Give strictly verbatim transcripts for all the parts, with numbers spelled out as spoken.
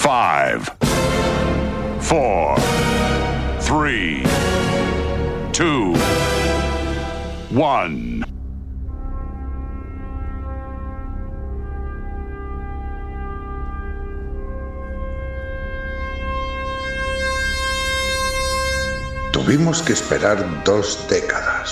Five, four, three, two, one. Tuvimos que esperar dos décadas.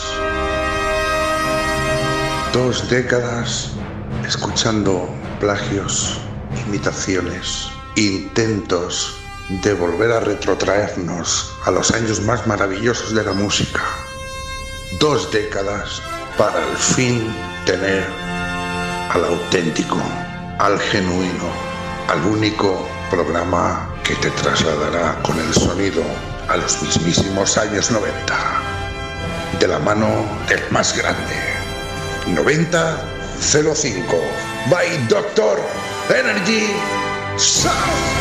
Dos décadas escuchando plagios, imitaciones, intentos de volver a retrotraernos a los años más maravillosos de la música. Dos décadas para al fin tener al auténtico, al genuino, al único programa que te trasladará con el sonido a los mismísimos años noventa, de la mano del más grande. noventa cero cinco by Doctor Energy Sound.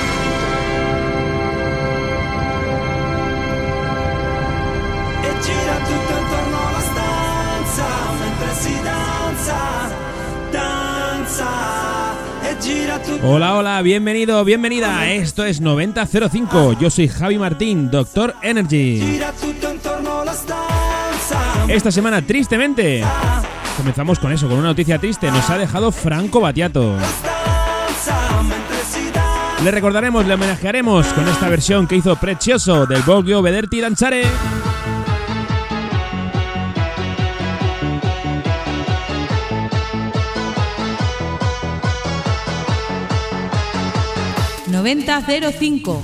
E gira tutto intorno alla stanza mentre si danza, danza. E gira tutto. Hola, hola, bienvenido, bienvenida. Esto es noventa cero cinco. Yo soy Javi Martín, Doctor Energy. Gira tutto intorno alla stanza. Esta semana, tristemente, comenzamos con eso, con una noticia triste. Nos ha dejado Franco Battiato. Le recordaremos, le homenajearemos con esta versión que hizo Precioso del Voglio Vederti Danzare. noventa cero cinco.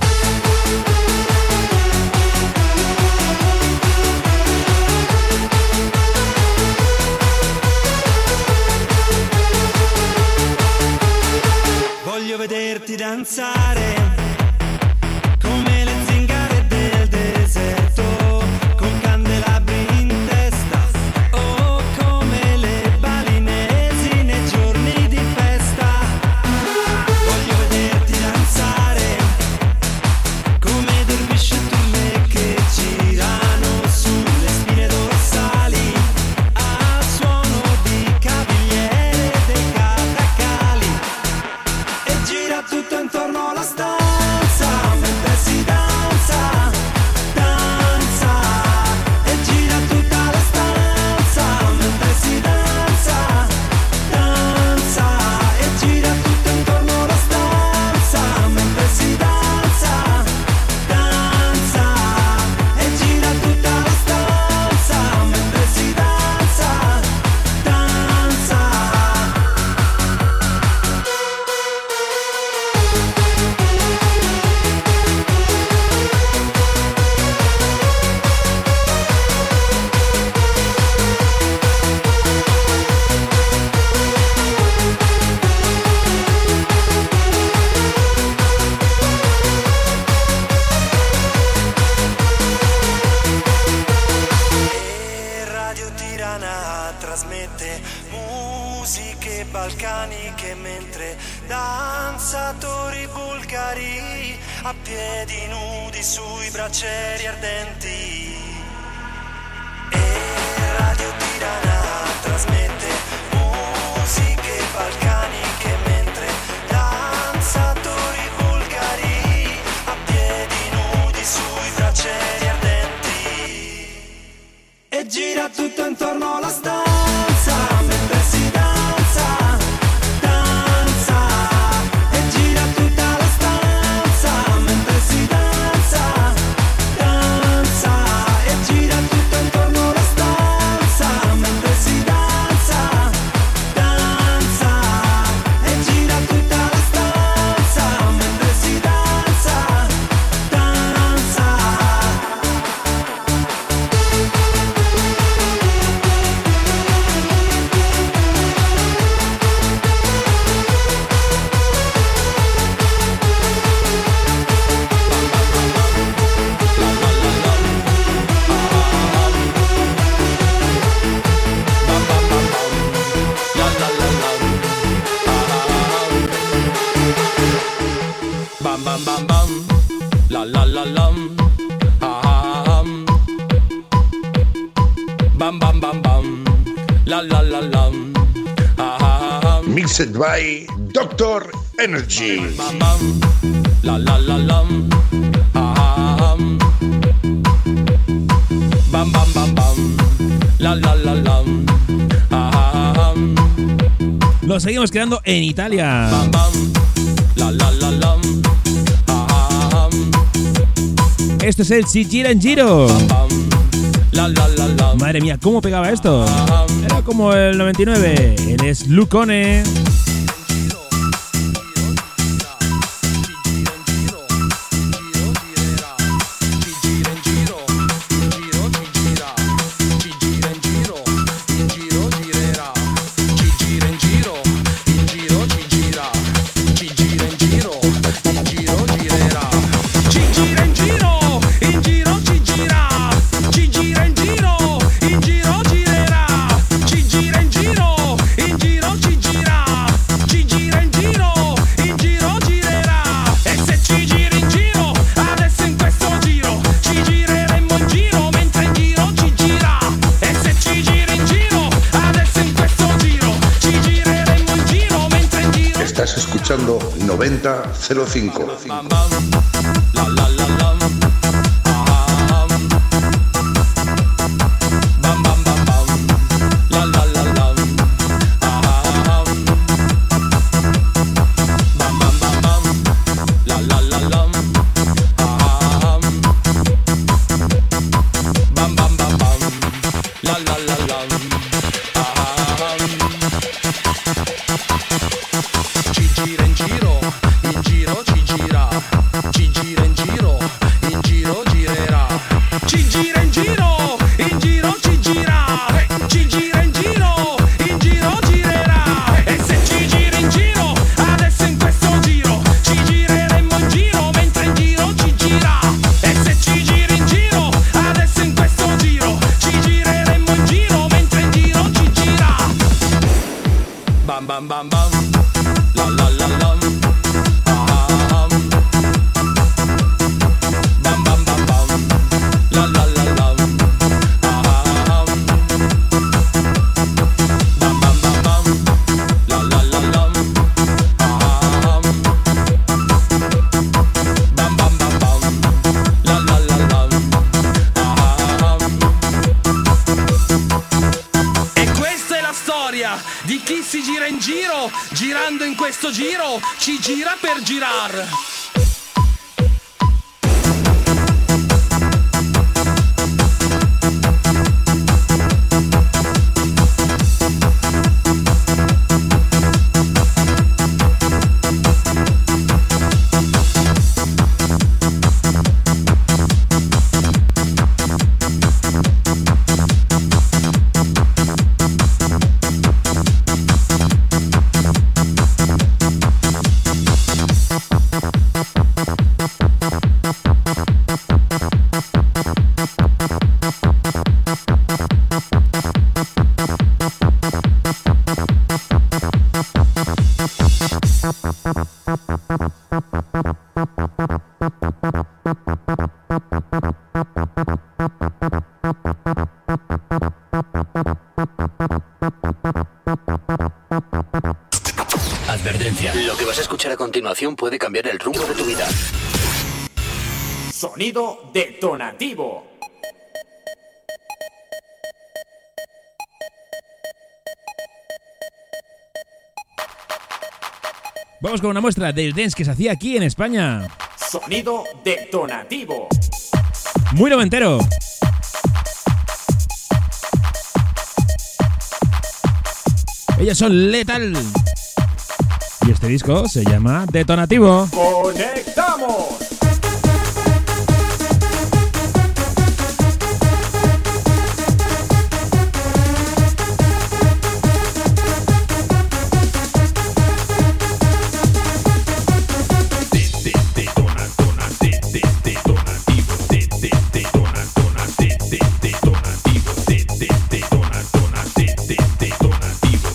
Voglio vederti danzare come le zingare del deserto, con candelabri in testa, o come le balinesi nei giorni di festa. Voglio vederti danzare come dervisce turme che girano sulle spine dorsali al suono di cavigliere dei catacali. E gira tutto intorno alla stanza mentre si danza, danza. E gira tutta la stanza mentre si danza, danza. E gira tutto intorno alla stanza mentre si danza, danza. E gira tutta la stanza mentre si danza, danza. E Radio Tirana trasmette musiche balcaniche mentre danzatori bulgari a piedi nudi sui braccieri ardenti. E Radio Tirana trasmette musiche balcaniche mentre danzatori bulgari a piedi nudi sui braccieri ardenti. E gira tutto intorno alla stanza mentre si danza, danza. E gira tutta la stanza mentre si danza, danza. E gira tutto intorno alla stanza mentre si danza, danza. E gira tutta la stanza mentre si danza, danza. Bam bam bam bam, la la la lam, ah um. Bam bam bam bam, la la la lam, ah um. Mixed by Doctor Energy. Bam bam, La la la lam. Ah, bam bam bam bam. La la la lam. Ah, Lo seguimos quedando en Italia. bam bam. La la la lam. Ah, Esto es el Si Gira en Giro. bam. La la la lam. Madre mía, ¿cómo pegaba esto? Era como el noventa y nueve. Él es Lucone. noventa cero cinco. Bam bam. La la la lam. Ah, bam bam bam bam. La la la lam. Ah, bam bam bam bam. La la la lam. Ah, bam bam bam bam. La la la lam. Ah, ci gira in giro. In giro ci gira, ci gira in giro, in giro girerà. Ci gira in giro, in giro ci gira, ci gira in giro, in giro girerà. E se ci gira in giro, adesso in questo giro, ci gireremo in giro mentre in giro ci gira. E se ci gira in giro, adesso in questo giro, ci gireremo in giro mentre in giro ci gira. Bam bam bam bam, la la la la. Di chi si gira in giro, girando in questo giro, ci gira per girar. Advertencia. Lo que vas a escuchar a continuación puede cambiar el rumbo de tu vida. Sonido detonativo. Vamos con una muestra del dance que se hacía aquí en España. Sonido detonativo. Muy noventero. Ellos son Lethal. Y este disco se llama Detonativo. ¡Conectamos!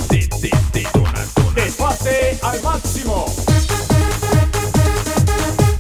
Desfase al máximo.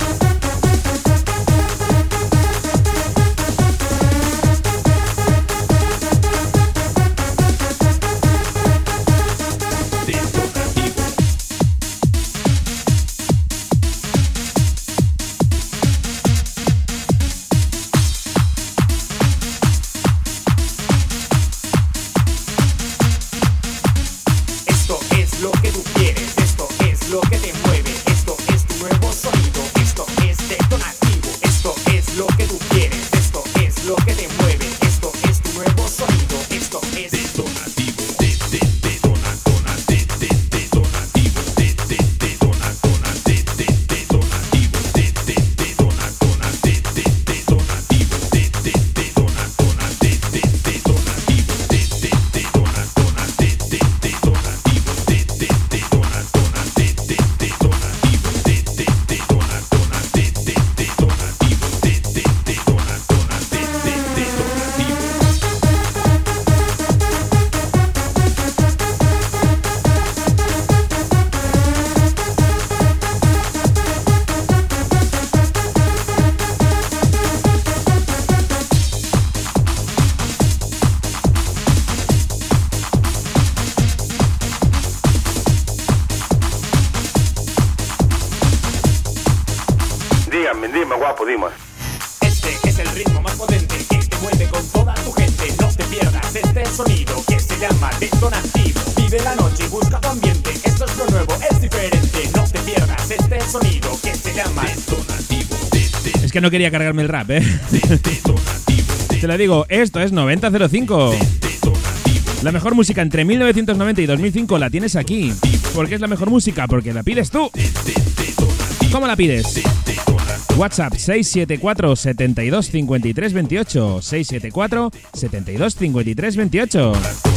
Dígame, dime, guapo, dime. Este es el ritmo más potente que te mueve con toda tu gente. No te pierdas este sonido que se llama Detonativo. Vive la noche y busca tu ambiente. Esto es lo nuevo, es diferente. No te pierdas este sonido que se llama Detonativo. Es que no quería cargarme el rap, ¿eh? Te lo digo, esto es noventa cero cinco. La mejor música entre mil novecientos noventa y dos mil cinco la tienes aquí. ¿Por qué es la mejor música? Porque la pides tú. ¿Cómo la pides? WhatsApp seis siete cuatro, setenta y dos, cincuenta y tres, veintiocho. seis siete cuatro, setenta y dos, cincuenta y tres, veintiocho.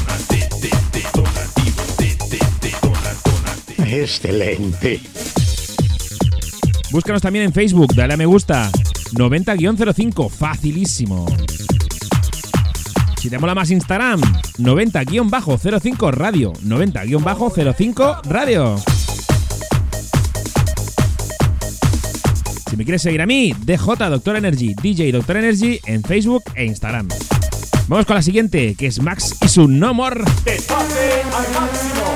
Excelente. Búscanos también en Facebook, dale a me gusta. noventa guión cero cinco, facilísimo. Si te mola más Instagram, noventa guión cero cinco radio. noventa guión cero cinco radio. Si me quieres seguir a mí, D J Doctor Energy, D J Doctor Energy en Facebook e Instagram. Vamos con la siguiente, que es Max y su No More. Desfase al máximo.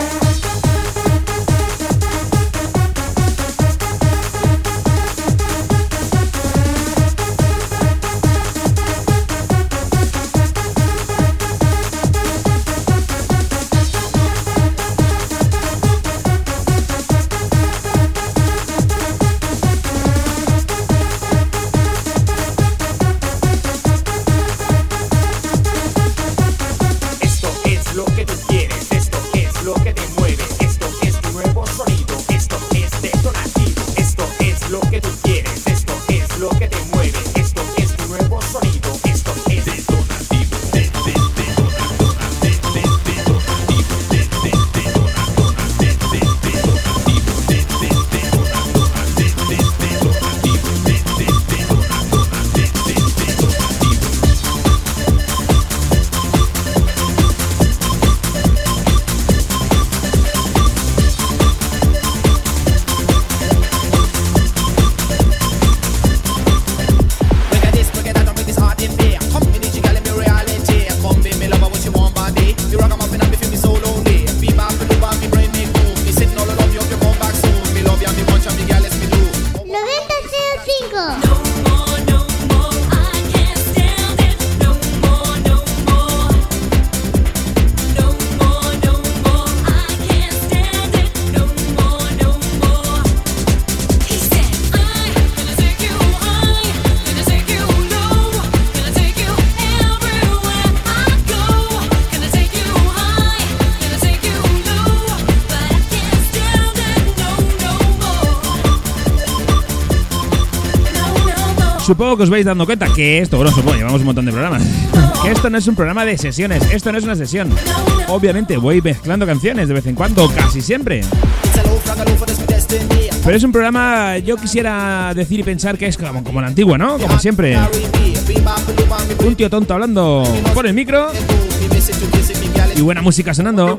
Supongo que os vais dando cuenta que esto, bueno, supongo, llevamos un montón de programas, que esto no es un programa de sesiones, esto no es una sesión. Obviamente voy mezclando canciones de vez en cuando, casi siempre. Pero es un programa, yo quisiera decir y pensar que es como, como la antigua, ¿no? Como siempre. Un tío tonto hablando por el micro y buena música sonando.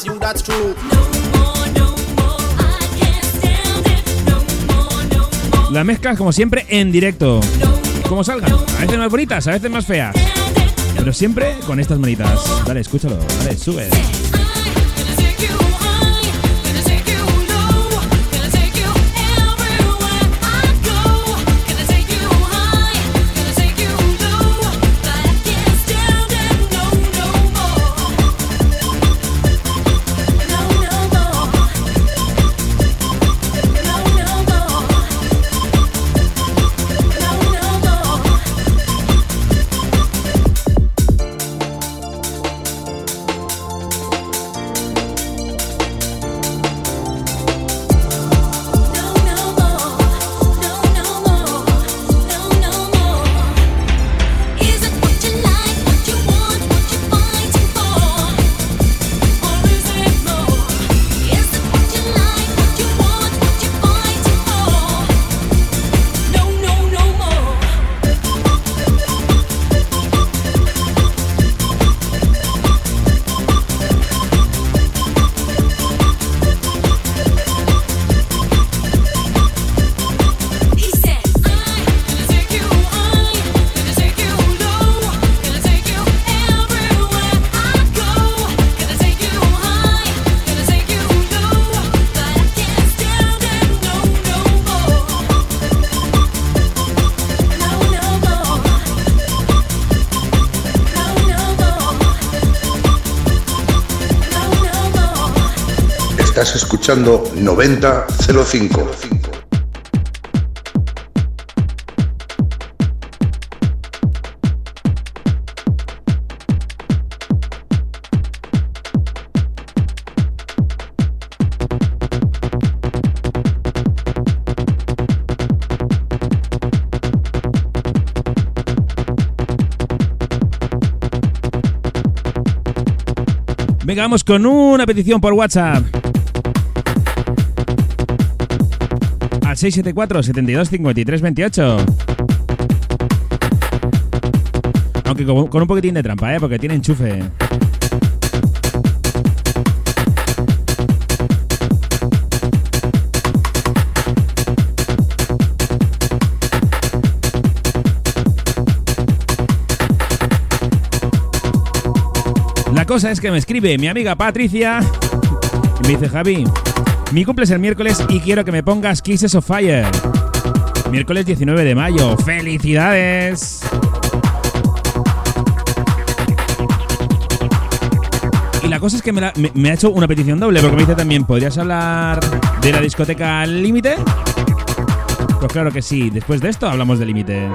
Las mezclas, como siempre, en directo. Como salgan. A veces más bonitas, a veces más feas. Pero siempre con estas manitas. Dale, escúchalo. Dale, sube. Estás escuchando noventa cero cinco. Venga, vamos con una petición por WhatsApp. Al seis siete cuatro, setenta y dos, cincuenta y tres, veintiocho. Aunque con, con un poquitín de trampa, ¿eh? Porque tiene enchufe. La cosa es que me escribe mi amiga Patricia y me dice: Javi, mi cumple es el miércoles y quiero que me pongas Kisses of Fire. Miércoles diecinueve de mayo. ¡Felicidades! Y la cosa es que me, la, me, me ha hecho una petición doble, porque me dice también: ¿podrías hablar de la discoteca Límite? Pues claro que sí, después de esto hablamos de Límite.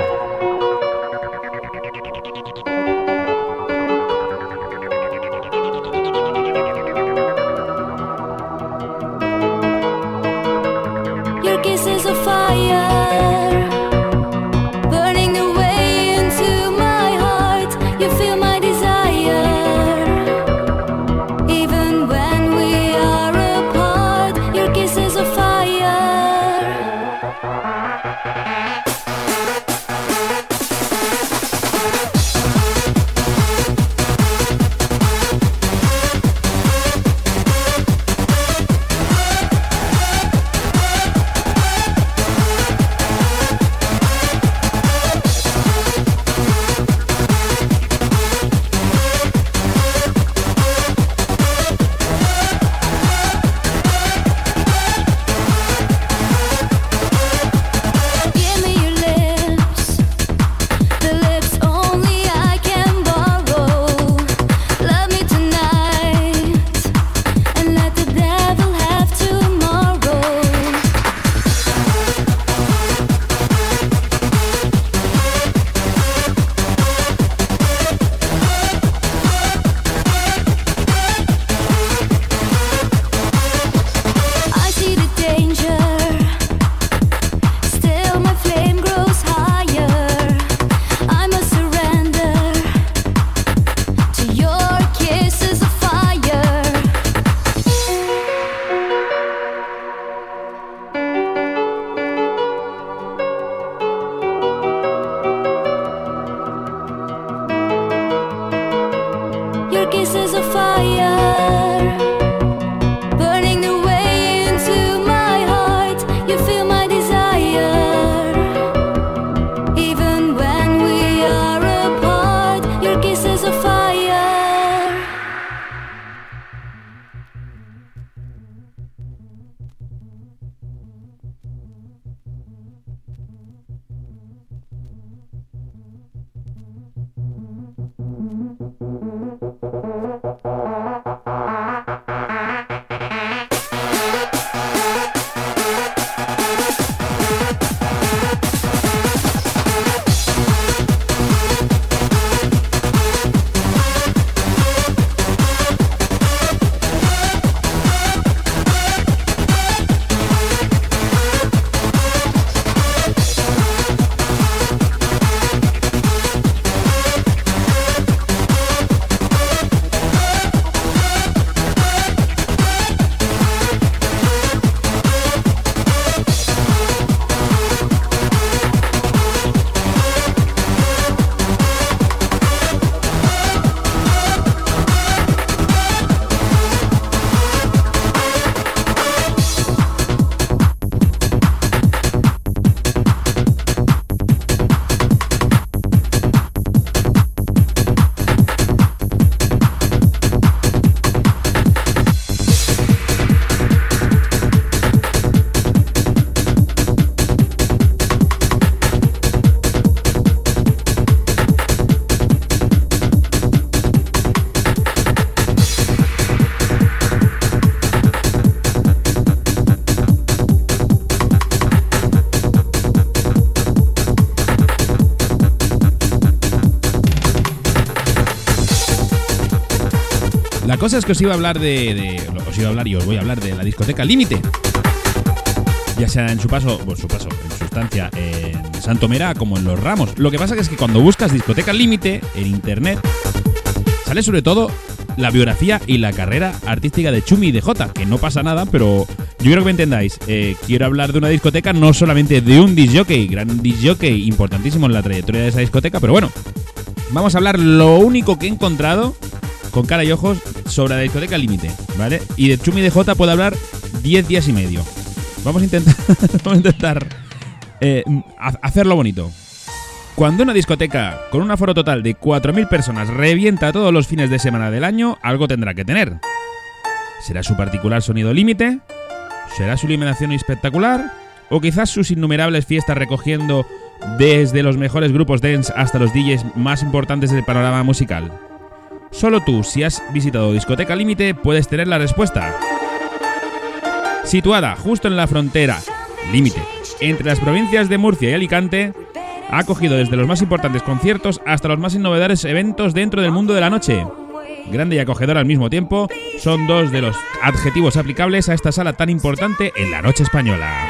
La cosa es que os iba a hablar de, de os iba a hablar y os voy a hablar de la discoteca Límite. Ya sea en su paso, bueno, su paso, en su estancia en Santomera como en Los Ramos. Lo que pasa que es que cuando buscas discoteca Límite en internet sale sobre todo la biografía y la carrera artística de Chumi y de Jota, que no pasa nada, pero yo quiero que me entendáis. Eh, quiero hablar de una discoteca, no solamente de un disc jockey, gran disc jockey, importantísimo en la trayectoria de esa discoteca, pero bueno, vamos a hablar lo único que he encontrado con cara y ojos sobre la discoteca Límite, ¿vale? Y de Chumi y de Jota puedo hablar diez días y medio. Vamos a intentar, vamos a intentar eh, hacerlo bonito. Cuando una discoteca con un aforo total de cuatro mil personas revienta todos los fines de semana del año, algo tendrá que tener. ¿Será su particular sonido Límite? ¿Será su iluminación espectacular? ¿O quizás sus innumerables fiestas recogiendo desde los mejores grupos dance hasta los D Js más importantes del panorama musical? Solo tú, si has visitado Discoteca Límite, puedes tener la respuesta. Situada justo en la frontera Límite entre las provincias de Murcia y Alicante, ha acogido desde los más importantes conciertos hasta los más innovadores eventos dentro del mundo de la noche. Grande y acogedora al mismo tiempo son dos de los adjetivos aplicables a esta sala tan importante en la noche española.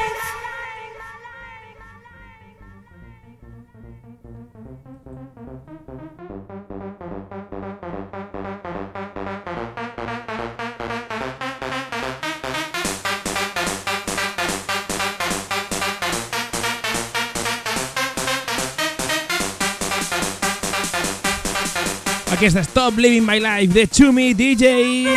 Aquí está Stop Living My Life de Chumi D J.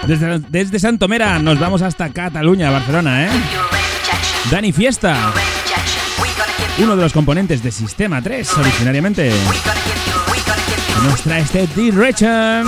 Desde, desde Santomera nos vamos hasta Cataluña, Barcelona, ¿eh? Dani Fiesta, uno de los componentes de Sistema tres, originariamente. Nos trae este Direction.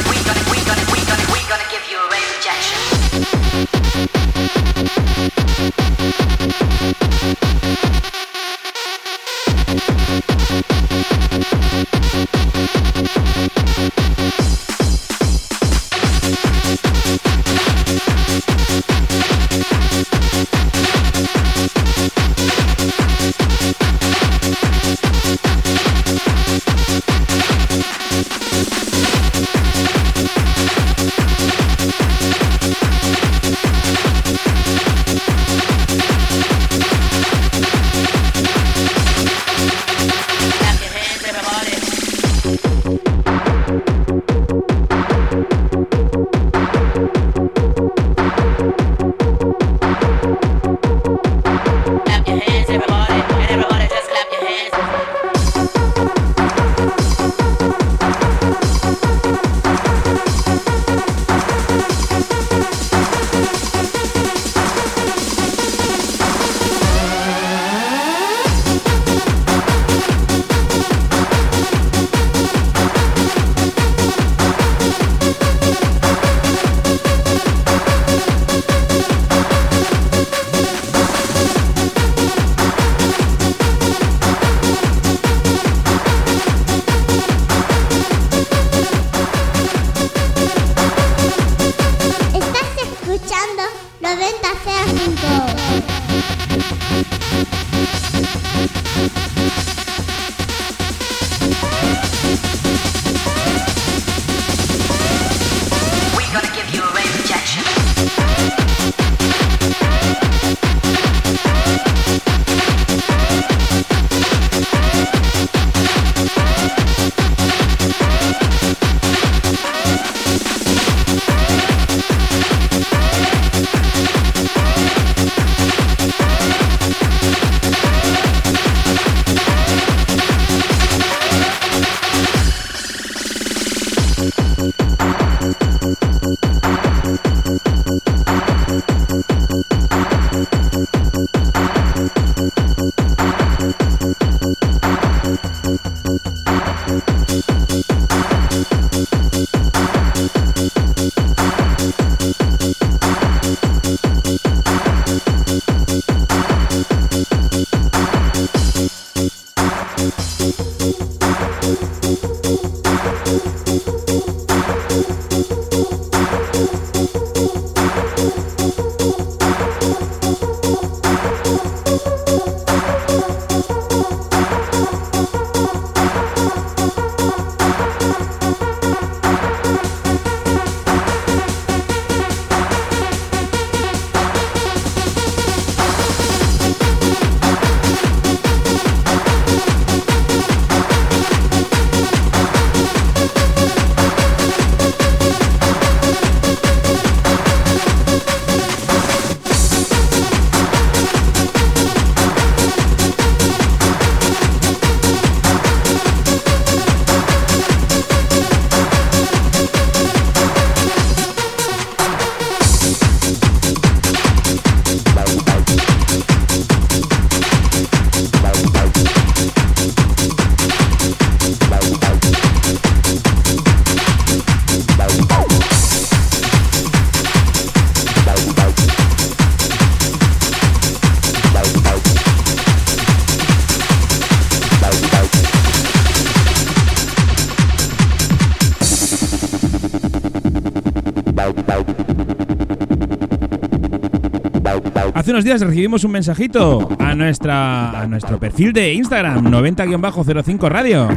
Hace unos días recibimos un mensajito a nuestra a nuestro perfil de Instagram, noventa cero cinco Radio.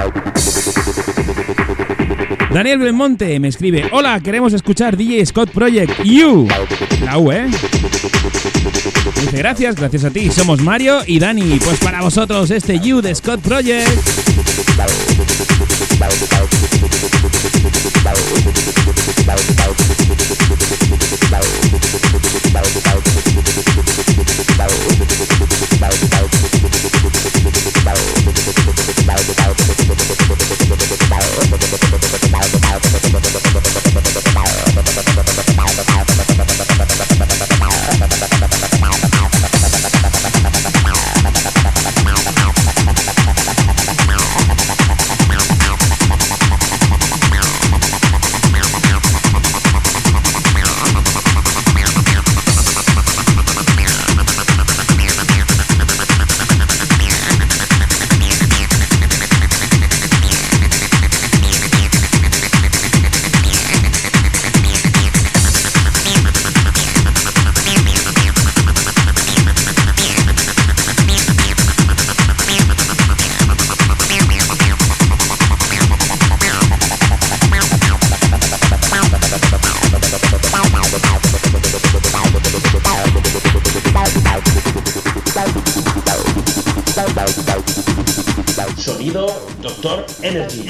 Daniel Belmonte me escribe: hola, queremos escuchar D J Scott Project You. La U, ¿eh? Dice: gracias, gracias a ti. Somos Mario y Dani. Pues para vosotros este You de Scott Project. Bye. escuchando Doctor Energy.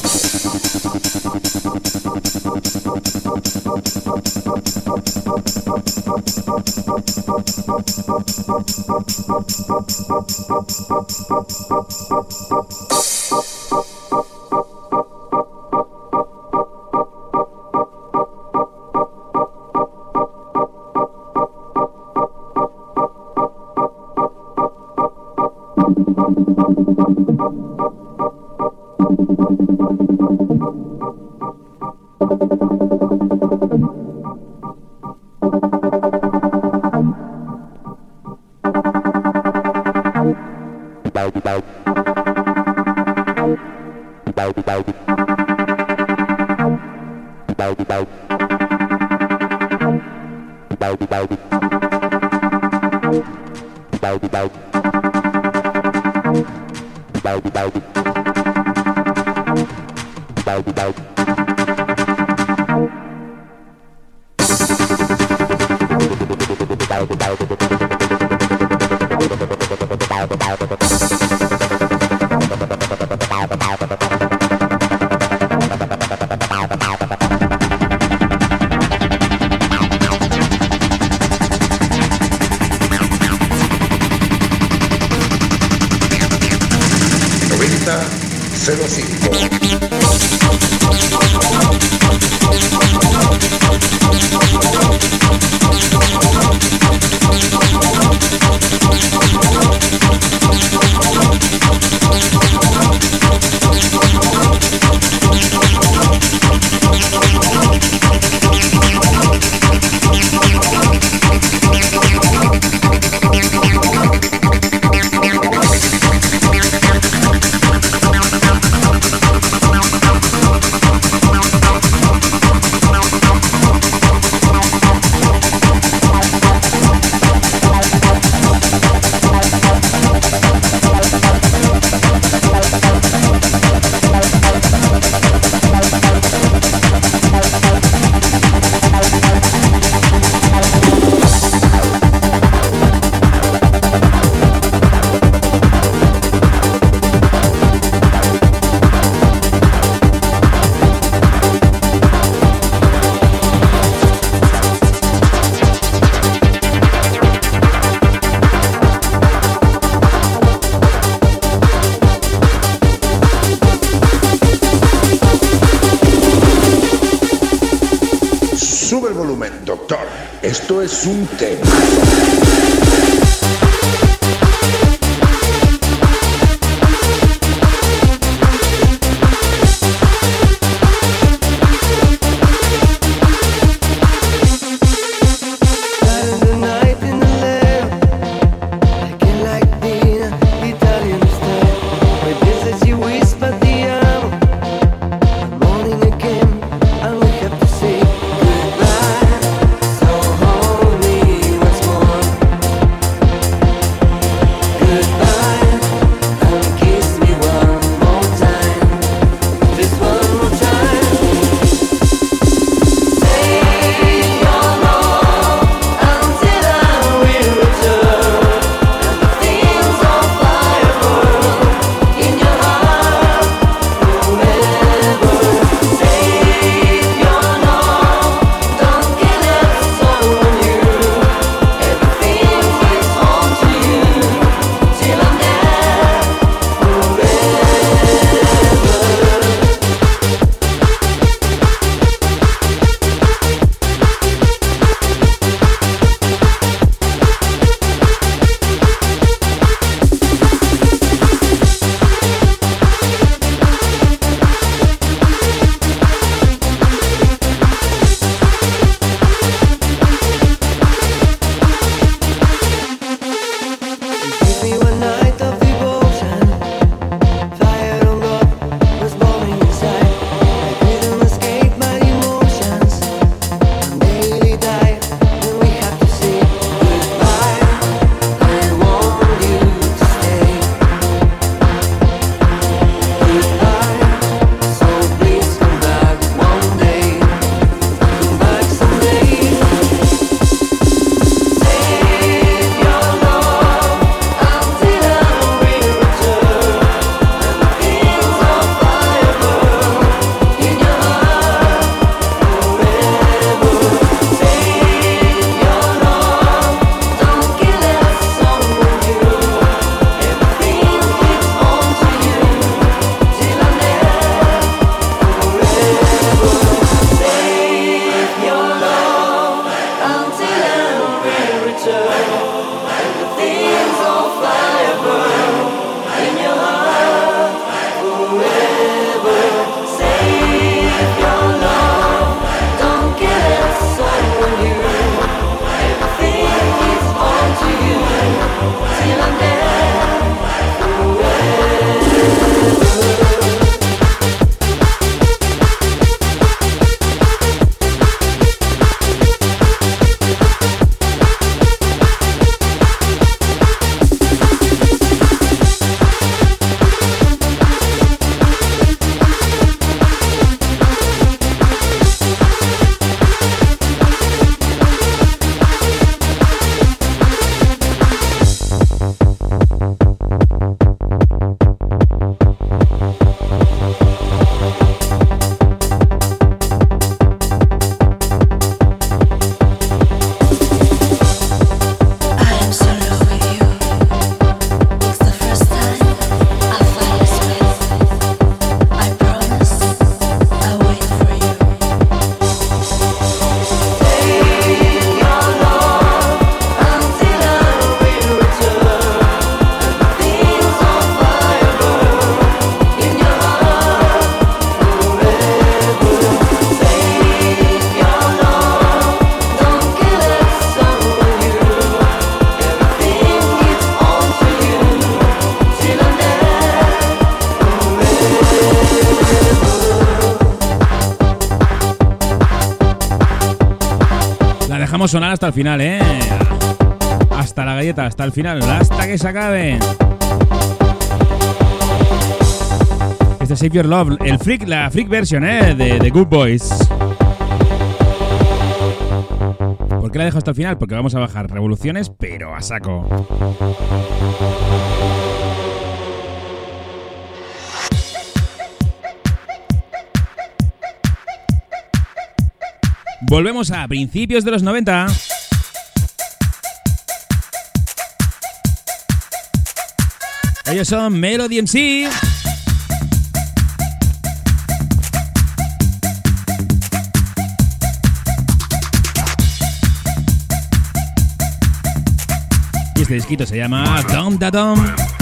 Sube el volumen, doctor. Esto es un tema. Goodbye, so hold me once more. La dejamos sonar hasta el final, ¿eh? Hasta la galleta, hasta el final, hasta que se acabe. Este es Save Your Love, el freak, la freak version, ¿eh? De The Good Boys. ¿Por qué la dejo hasta el final? Porque vamos a bajar revoluciones, pero a saco. Volvemos a principios de los noventa. Ellos son Melody M C. Y este disquito se llama Dum Da Dum.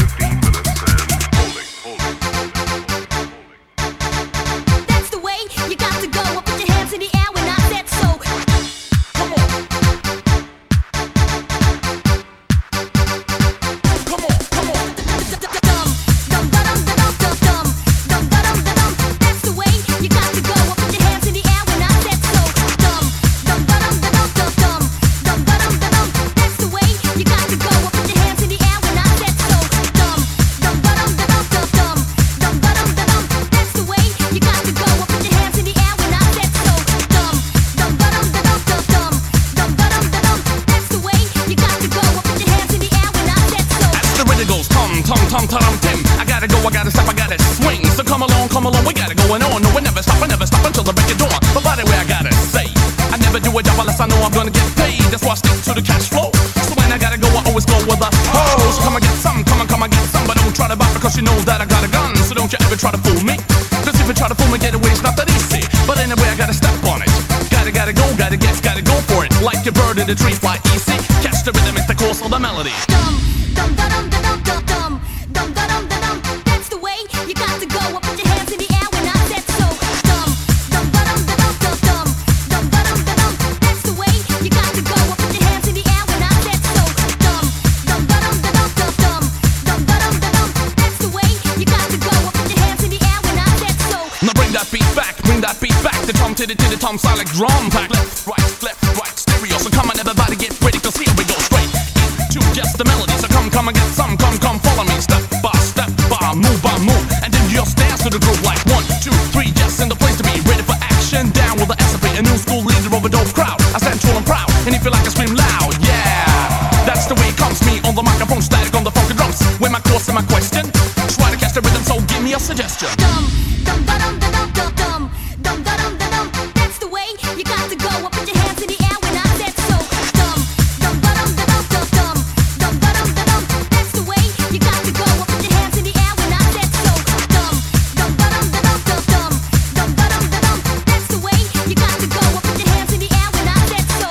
The tree fly easy, catch the rhythm, it's the course of the melody. Dum, dum, da, dum, da, dum, dum, dum, dum, da, dum, da, dum. That's the way you got to go. Up put your hands in the air when I said so. Dum, dum, da, dum, da, dum, dum, dum, dum, da, dum, da, dum. That's the way you got to go. Up put your hands in the air when I said so. Dum, dum, da, dum, da, dum, dum, dum, dum, da, dum, da, dum. That's the way you got to go. Up put your hands in the air when I said so. Now bring that beat back, bring that beat back. The tom to the to the tom sound like drum pack. Left, right, left, right, stereo. So come on, everybody get ready, cause here we go straight into just the melody. So come, come and get some, come, come, follow me. Step by step by, move by move. And then you just dance to the groove like one, two, three, just in the place to be. Ready for action, down with the S F A, a new school leader of a dope crowd. I stand tall and proud, and if you like I scream loud, yeah. That's the way it comes, me on the microphone, static on the funky drums. With my course and my question, try to catch the rhythm, so give me a suggestion. Dum, dum, da, dum, da, dum, dum, dum, dum, da, dum, da, dum. That's the way you got to go. Up put your hands in the air when I said so. Dum, dum, da, dum, da, dum, dum, dum, dum, da, dum, da, dum. That's the way you got to go. Up put your hands in the air when I said so. Dum, dum, da, dum, da, dum, dum, dum, dum, da, dum, da, dum. That's the way you got to go. Up put your hands in the air when I said so.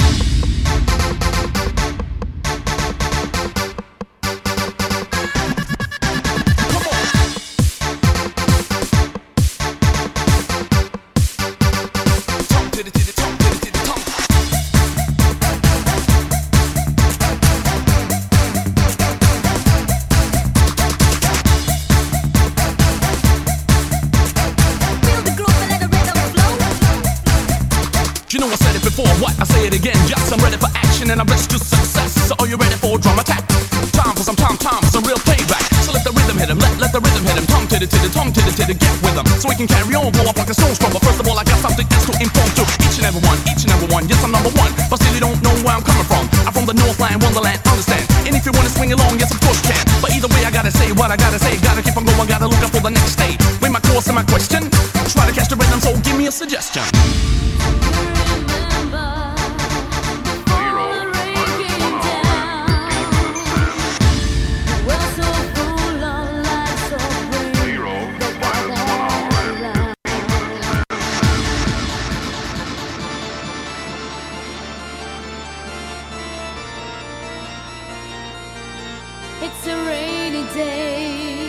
You know I said it before, what? I say it again, yes, I'm ready for action and I'm ready to success. So are you ready for a drum attack? Time for some time, time for some real payback. So let the rhythm hit him, let, let the rhythm hit him. Tom titty titty, tom titty titty, get with him. So we can carry on, blow up like a snowstorm. But first of all I got something else to inform to each and every one, each and every one. Yes, I'm number one, but still you don't know where I'm coming from. I'm from the Northland, Wonderland, understand. And if you wanna swing along, yes of course you can. But either way I gotta say what I gotta say. Gotta keep on going, gotta look out for the next day. With my course and my question, try to catch the rhythm, so give me a suggestion. It's a rainy day.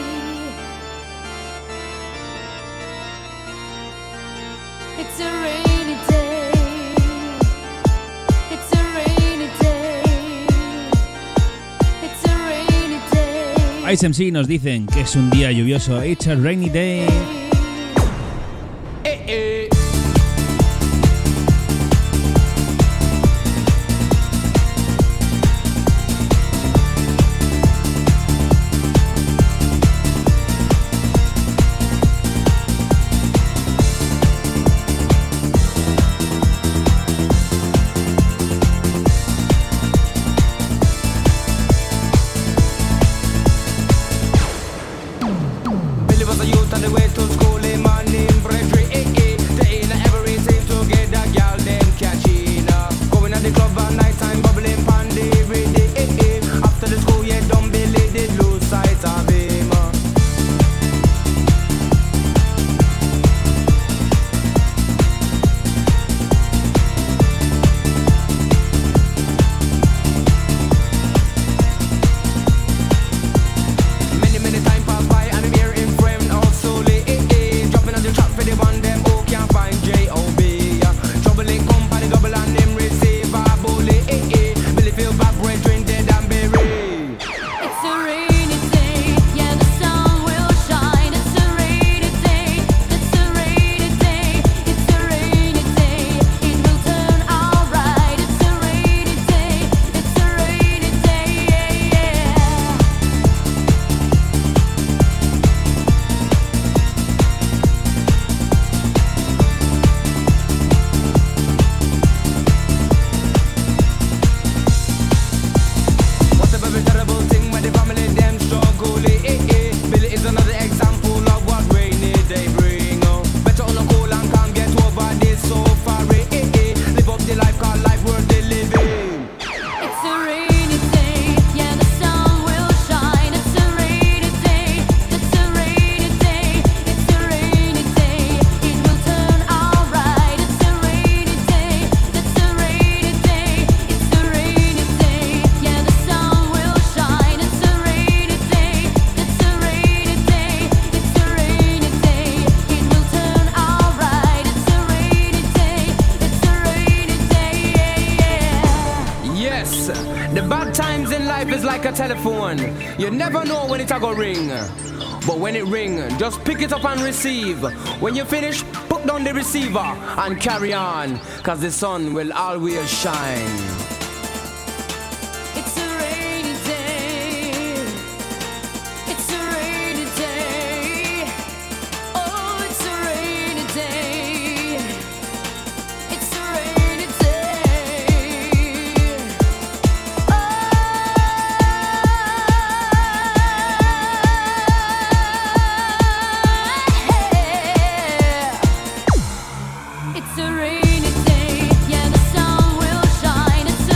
It's a rainy day. It's a rainy day. It's a rainy day. Ice M C nos dicen que es un día lluvioso. It's a rainy day. Eh, eh. Telephone, you never know when it's a go ring, but when it ring, just pick it up and receive. When you finish, put down the receiver and carry on, cause the sun will always shine. It's a rainy day. It's a rainy day. Oh, it's a rainy day. It's a rainy day. It's a rainy day, yeah, the sun will shine. It's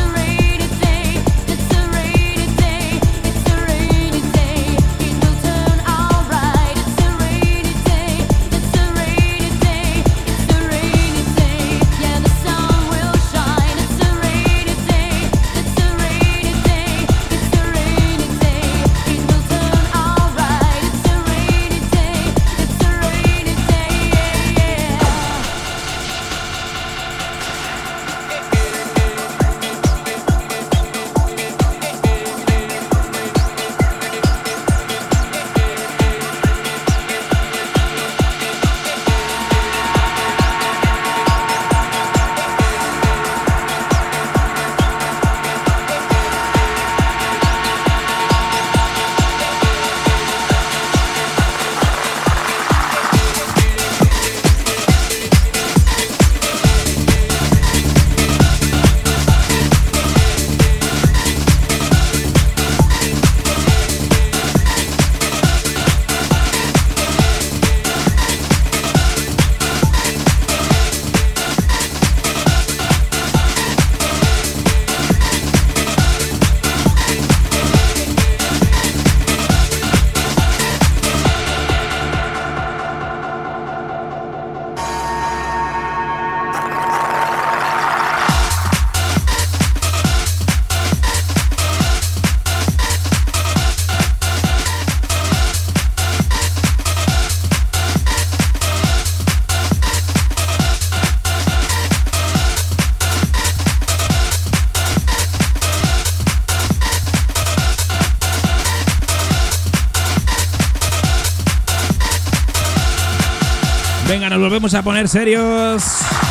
Venga, nos volvemos a poner serios.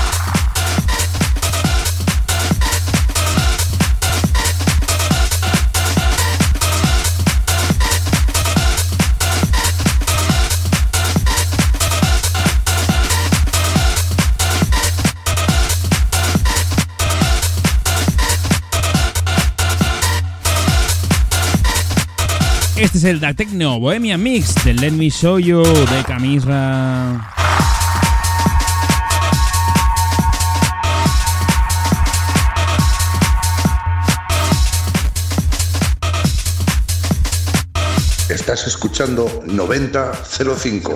Este es el Dark Techno Bohemian Mix del Let Me Show You de Camisra. Estás escuchando noventa cero cinco.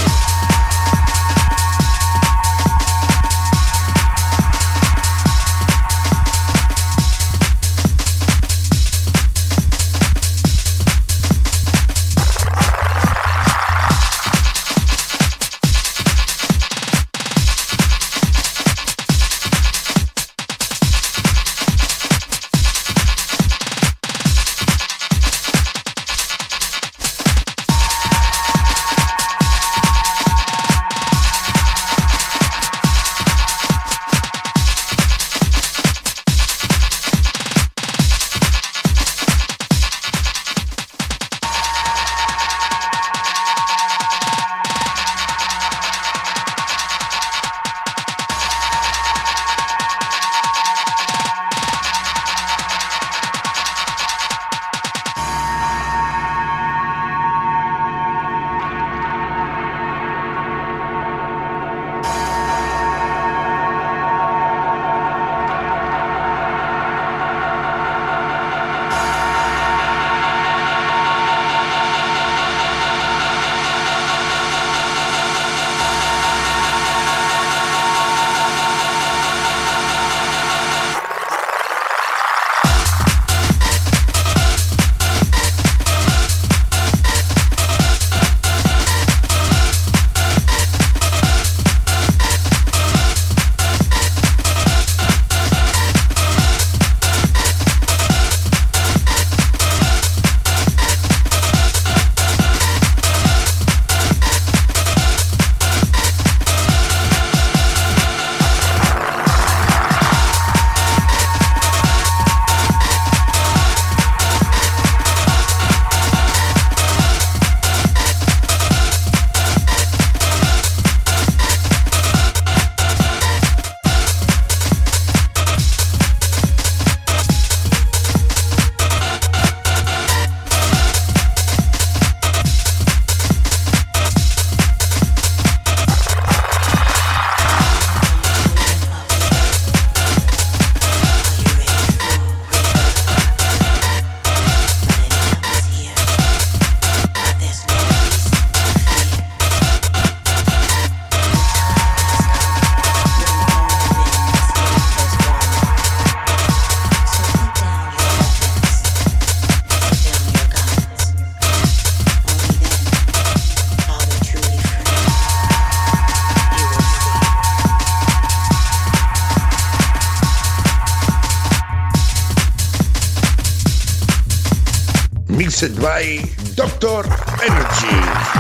Mixed by Doctor Energy.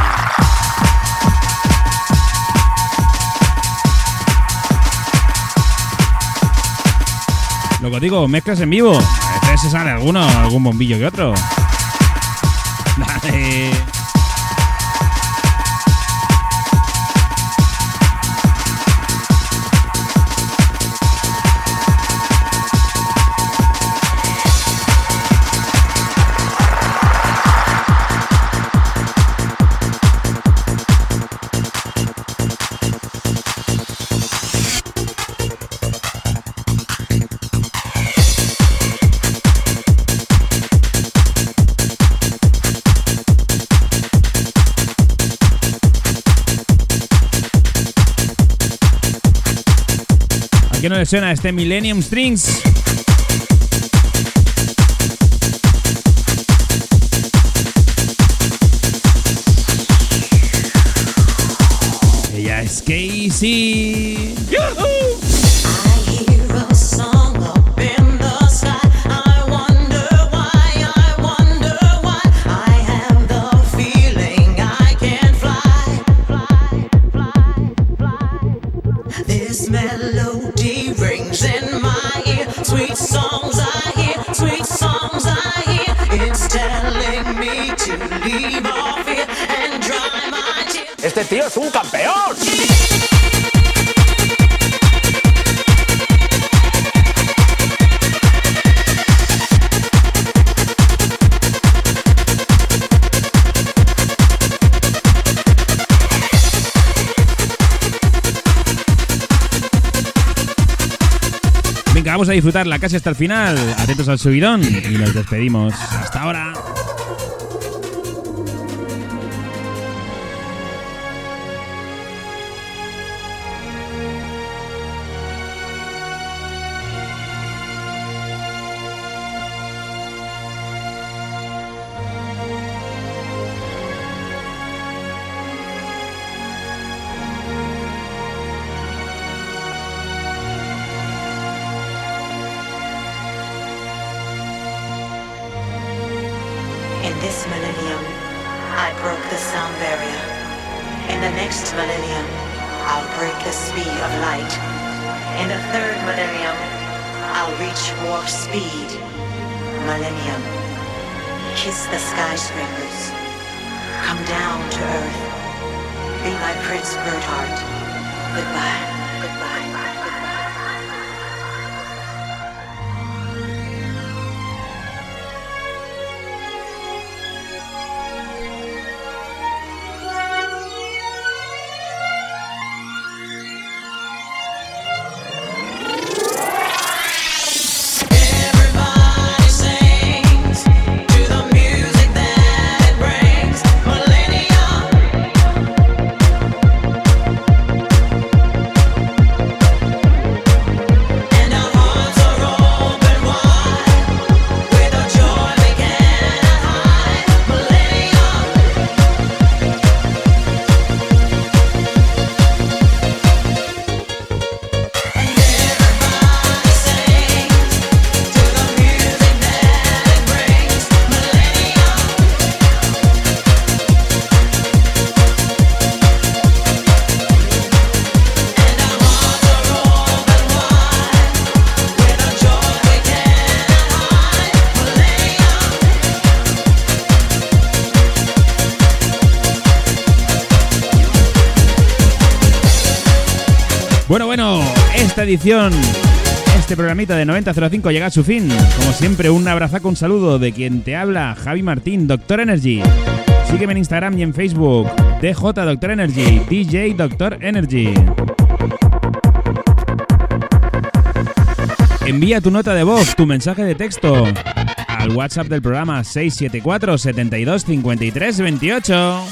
Lo que digo, mezclas en vivo. A veces se sale alguno, algún bombillo que otro. Dale. ¿Qué no le suena este Millennium Strings? Ella es Casey. ¡Yuhu! Fly, fly, fly, fly. melody rings in my ear. Sweet songs I hear, sweet songs I hear. It's telling me to leave off here and dry my tears. Este tío es un campeón. Venga, vamos a disfrutarla casi hasta el final. Atentos al subidón y nos despedimos. Hasta ahora. In this millennium, I broke the sound barrier. In the next millennium, I'll break the speed of light. In the third millennium, I'll reach warp speed. Millennium, kiss the skyscrapers. Come down to earth. Be my Prince Berthart. Goodbye, goodbye, goodbye. Bueno, bueno, esta edición, este programita de noventa cero cinco llega a su fin. Como siempre, un abrazaco, un saludo de quien te habla, Javi Martín, Doctor Energy. Sígueme en Instagram y en Facebook, D J Doctor Energy, D J Doctor Energy. Envía tu nota de voz, tu mensaje de texto al WhatsApp del programa seis siete cuatro, setenta y dos, cincuenta y tres, veintiocho.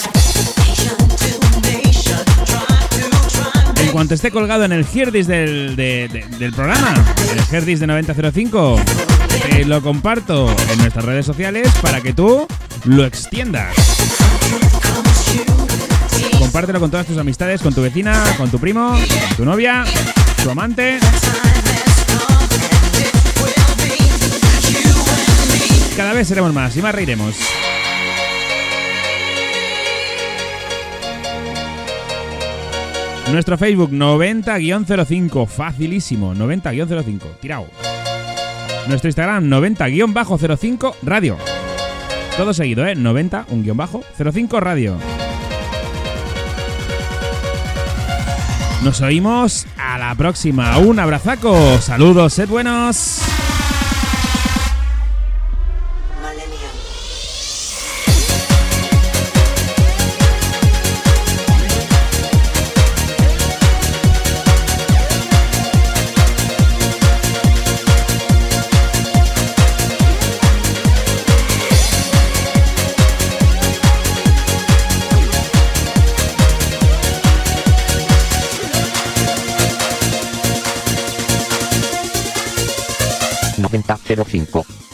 En cuanto esté colgado en el Herdis del, de, de, del programa, el Herdis de noventa cero cinco, te lo comparto en nuestras redes sociales para que tú lo extiendas. Compártelo con todas tus amistades, con tu vecina, con tu primo, con tu novia, tu amante. Cada vez seremos más y más reiremos. Nuestro Facebook noventa guión cero cinco, facilísimo, noventa guión cero cinco, tirao. Nuestro Instagram noventa guión cero cinco radio. Todo seguido, ¿eh? noventa, un guión bajo, cero cinco radio. Nos oímos a la próxima. Un abrazaco, saludos, sed buenos. noventa cero cinco